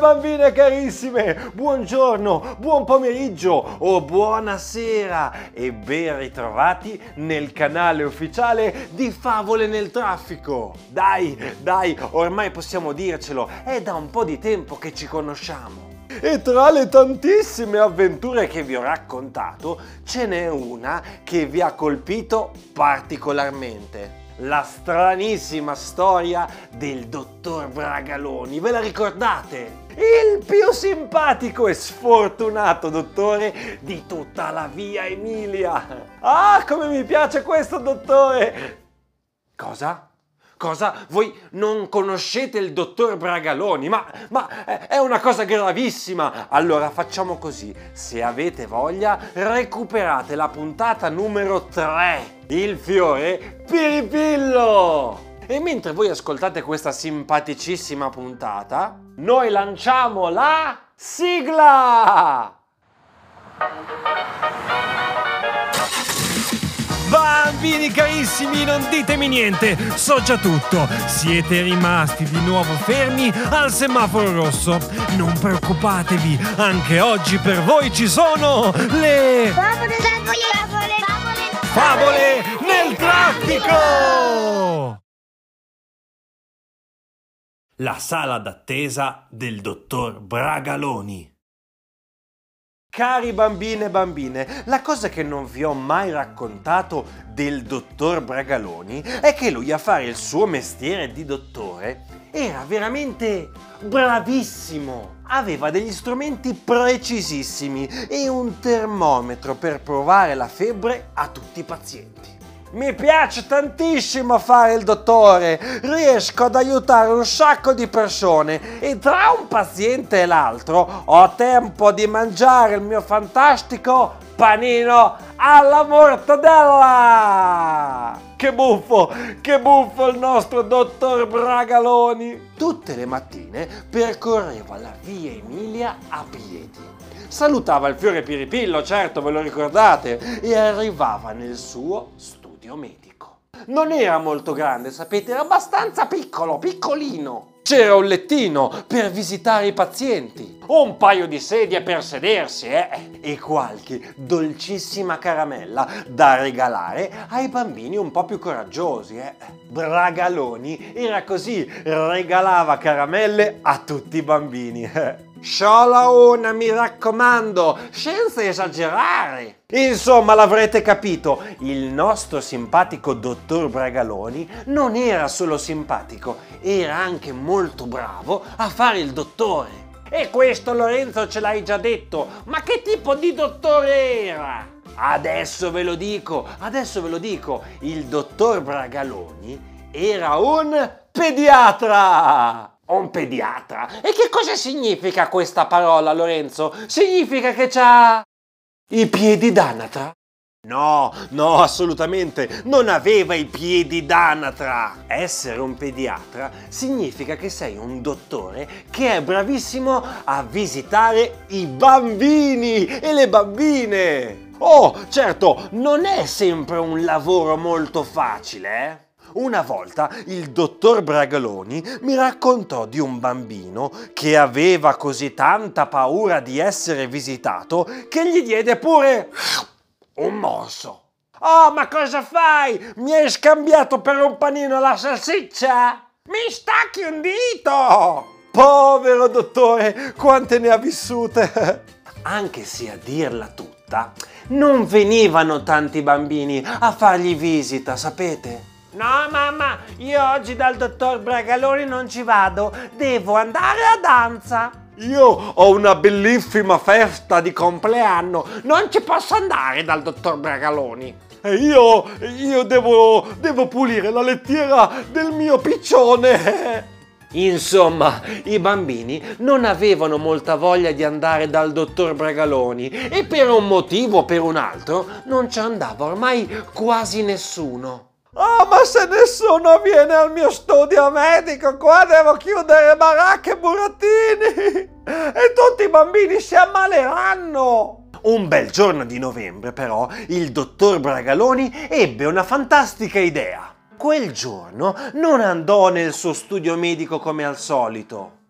bambine carissime, buongiorno, buon pomeriggio o buonasera e ben ritrovati nel canale ufficiale di Favole nel Traffico. Dai, ormai possiamo dircelo, è da un po' di tempo che ci conosciamo. E tra le tantissime avventure che vi ho raccontato, ce n'è una che vi ha colpito particolarmente. La stranissima storia del dottor Bragaloni, ve la ricordate? Il più simpatico e sfortunato dottore di tutta la via Emilia. Ah, come mi piace questo dottore! Cosa? Cosa? Voi non conoscete il dottor Bragaloni? Ma è una cosa gravissima! Allora facciamo così, se avete voglia recuperate la puntata numero 3, il fiore Piripillo! E mentre voi ascoltate questa simpaticissima puntata, noi lanciamo la sigla! Bambini carissimi, non ditemi niente, so già tutto. Siete rimasti di nuovo fermi al semaforo rosso. Non preoccupatevi, anche oggi per voi ci sono le favole nel traffico! La sala d'attesa del dottor Bragaloni. Cari bambine e bambine, la cosa che non vi ho mai raccontato del dottor Bragaloni è che lui a fare il suo mestiere di dottore era veramente bravissimo. Aveva degli strumenti precisissimi e un termometro per provare la febbre a tutti i pazienti. Mi piace tantissimo fare il dottore, riesco ad aiutare un sacco di persone e tra un paziente e l'altro ho tempo di mangiare il mio fantastico panino alla mortadella! Che buffo il nostro dottor Bragaloni! Tutte le mattine percorreva la via Emilia a piedi. Salutava il fiore Piripillo, certo, ve lo ricordate, e arrivava nel suo studio medico. Non era molto grande, sapete, era abbastanza piccolo, piccolino. C'era un lettino per visitare i pazienti, un paio di sedie per sedersi, e qualche dolcissima caramella da regalare ai bambini un po' più coraggiosi, Bragaloni era così, regalava caramelle a tutti i bambini, Solo una, mi raccomando, senza esagerare. Insomma, l'avrete capito, il nostro simpatico dottor Bragaloni non era solo simpatico, era anche molto bravo a fare il dottore. E questo, Lorenzo, ce l'hai già detto, ma che tipo di dottore era? Adesso ve lo dico, il dottor Bragaloni era un pediatra! Un pediatra? E che cosa significa questa parola, Lorenzo? Significa che c'ha i piedi d'anatra? No, assolutamente, non aveva i piedi d'anatra. Essere un pediatra significa che sei un dottore che è bravissimo a visitare i bambini e le bambine. Oh, certo, non è sempre un lavoro molto facile, Una volta il dottor Bragaloni mi raccontò di un bambino che aveva così tanta paura di essere visitato che gli diede pure un morso. Oh, ma cosa fai? Mi hai scambiato per un panino alla salsiccia? Mi stacchi un dito! Povero dottore, quante ne ha vissute! Anche se a dirla tutta, non venivano tanti bambini a fargli visita, sapete? No, mamma, io oggi dal dottor Bragaloni non ci vado, devo andare a danza. Io ho una bellissima festa di compleanno, non ci posso andare dal dottor Bragaloni. E io devo pulire la lettiera del mio piccione. Insomma, i bambini non avevano molta voglia di andare dal dottor Bragaloni e per un motivo o per un altro non ci andava ormai quasi nessuno. Oh, ma se nessuno viene al mio studio medico, qua devo chiudere baracche e burattini e tutti i bambini si ammaleranno. Un bel giorno di novembre, però, il dottor Bragaloni ebbe una fantastica idea. Quel giorno non andò nel suo studio medico come al solito.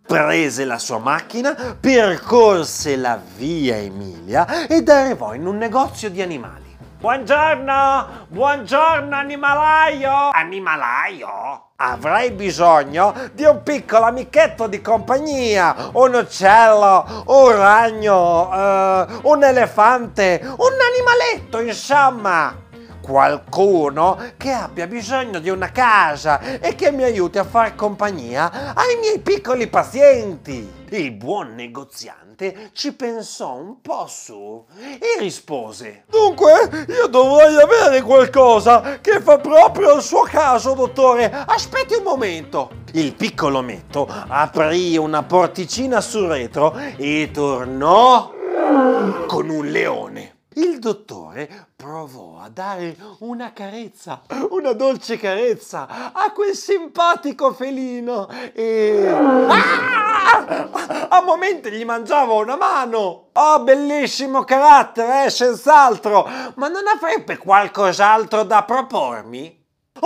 Prese la sua macchina, percorse la via Emilia ed arrivò in un negozio di animali. Buongiorno, buongiorno animalaio! Animalaio? Avrei bisogno di un piccolo amichetto di compagnia, un uccello, un ragno, un elefante, un animaletto, insomma. Qualcuno che abbia bisogno di una casa e che mi aiuti a far compagnia ai miei piccoli pazienti. Il buon negoziante ci pensò un po' su e rispose: dunque, io dovrei avere qualcosa che fa proprio al suo caso, dottore. Aspetti un momento. Il piccolo ometto aprì una porticina sul retro e tornò con un leone. Il dottore provò a dare una carezza, una dolce carezza a quel simpatico felino e... a momenti gli mangiava una mano. Oh, bellissimo carattere, senz'altro, ma non avrebbe qualcos'altro da propormi?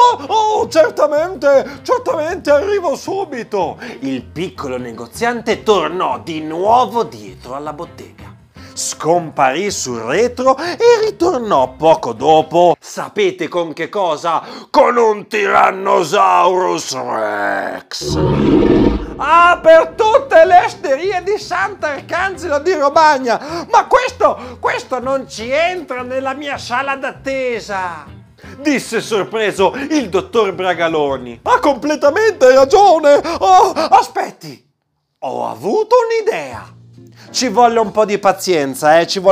Certamente, arrivo subito. Il piccolo negoziante tornò di nuovo dietro alla bottega. Scomparì sul retro e ritornò poco dopo. Sapete con che cosa? Con un Tyrannosaurus Rex. Ah, per tutte le osterie di Sant'Arcangelo di Romagna! Ma questo non ci entra nella mia sala d'attesa! Disse sorpreso il dottor Bragaloni. Ha completamente ragione! Oh, aspetti! Ho avuto un'idea! Ci volle un po' di pazienza,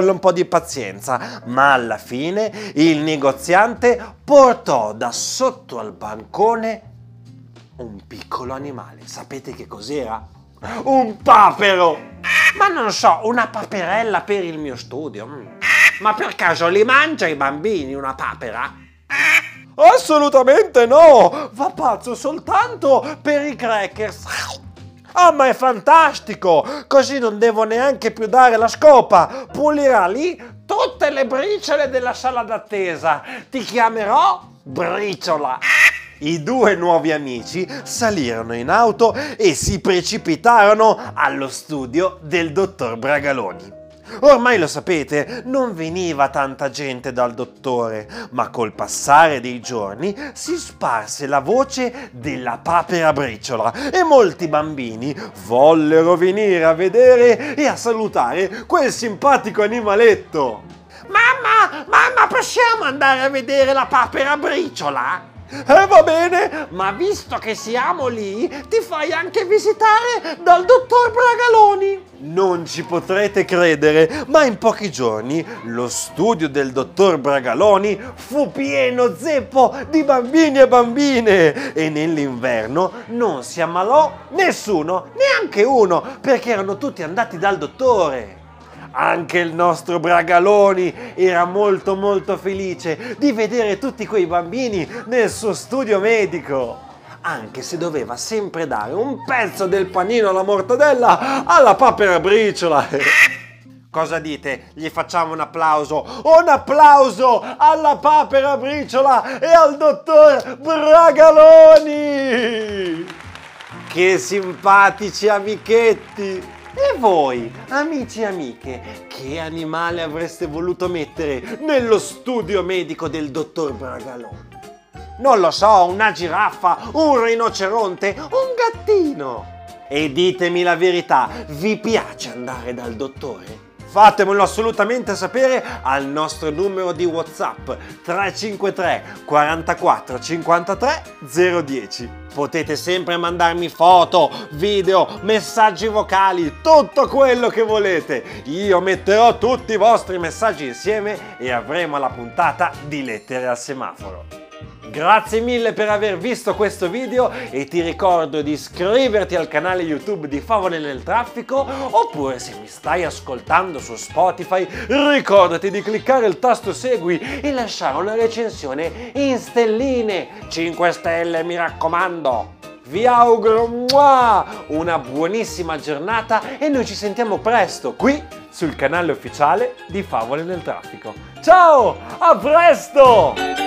ma alla fine il negoziante portò da sotto al bancone un piccolo animale. Sapete che cos'era? Un papero! Ma non so, una paperella per il mio studio. Ma per caso li mangia i bambini una papera? Assolutamente no! Va pazzo soltanto per i crackers! Ah, ma è fantastico! Così non devo neanche più dare la scopa! Pulirà lì tutte le briciole della sala d'attesa! Ti chiamerò Briciola! I due nuovi amici salirono in auto e si precipitarono allo studio del dottor Bragaloni. Ormai lo sapete, non veniva tanta gente dal dottore, ma col passare dei giorni si sparse la voce della papera briciola e molti bambini vollero venire a vedere e a salutare quel simpatico animaletto. Mamma, possiamo andare a vedere la papera briciola? Va bene, ma visto che siamo lì, ti fai anche visitare dal dottor Bragaloni. Non ci potrete credere, ma in pochi giorni lo studio del dottor Bragaloni fu pieno zeppo di bambini e bambine e nell'inverno non si ammalò nessuno, neanche uno, perché erano tutti andati dal dottore. Anche il nostro Bragaloni era molto felice di vedere tutti quei bambini nel suo studio medico, anche se doveva sempre dare un pezzo del panino alla mortadella alla papera briciola. Cosa dite? Gli facciamo un applauso? Un applauso alla papera briciola e al dottor Bragaloni! Che simpatici amichetti! E voi, amici e amiche, che animale avreste voluto mettere nello studio medico del dottor Bragaloni? Non lo so, una giraffa, un rinoceronte, un gattino? E ditemi la verità, vi piace andare dal dottore? Fatemelo assolutamente sapere al nostro numero di WhatsApp 353 44 53 010. Potete sempre mandarmi foto, video, messaggi vocali, tutto quello che volete. Io metterò tutti i vostri messaggi insieme e avremo la puntata di Lettere al semaforo. Grazie mille per aver visto questo video e ti ricordo di iscriverti al canale YouTube di Favole nel Traffico, oppure se mi stai ascoltando su Spotify ricordati di cliccare il tasto segui e lasciare una recensione in stelline, 5 stelle mi raccomando. Vi auguro una buonissima giornata e noi ci sentiamo presto qui sul canale ufficiale di Favole nel Traffico. Ciao, a presto!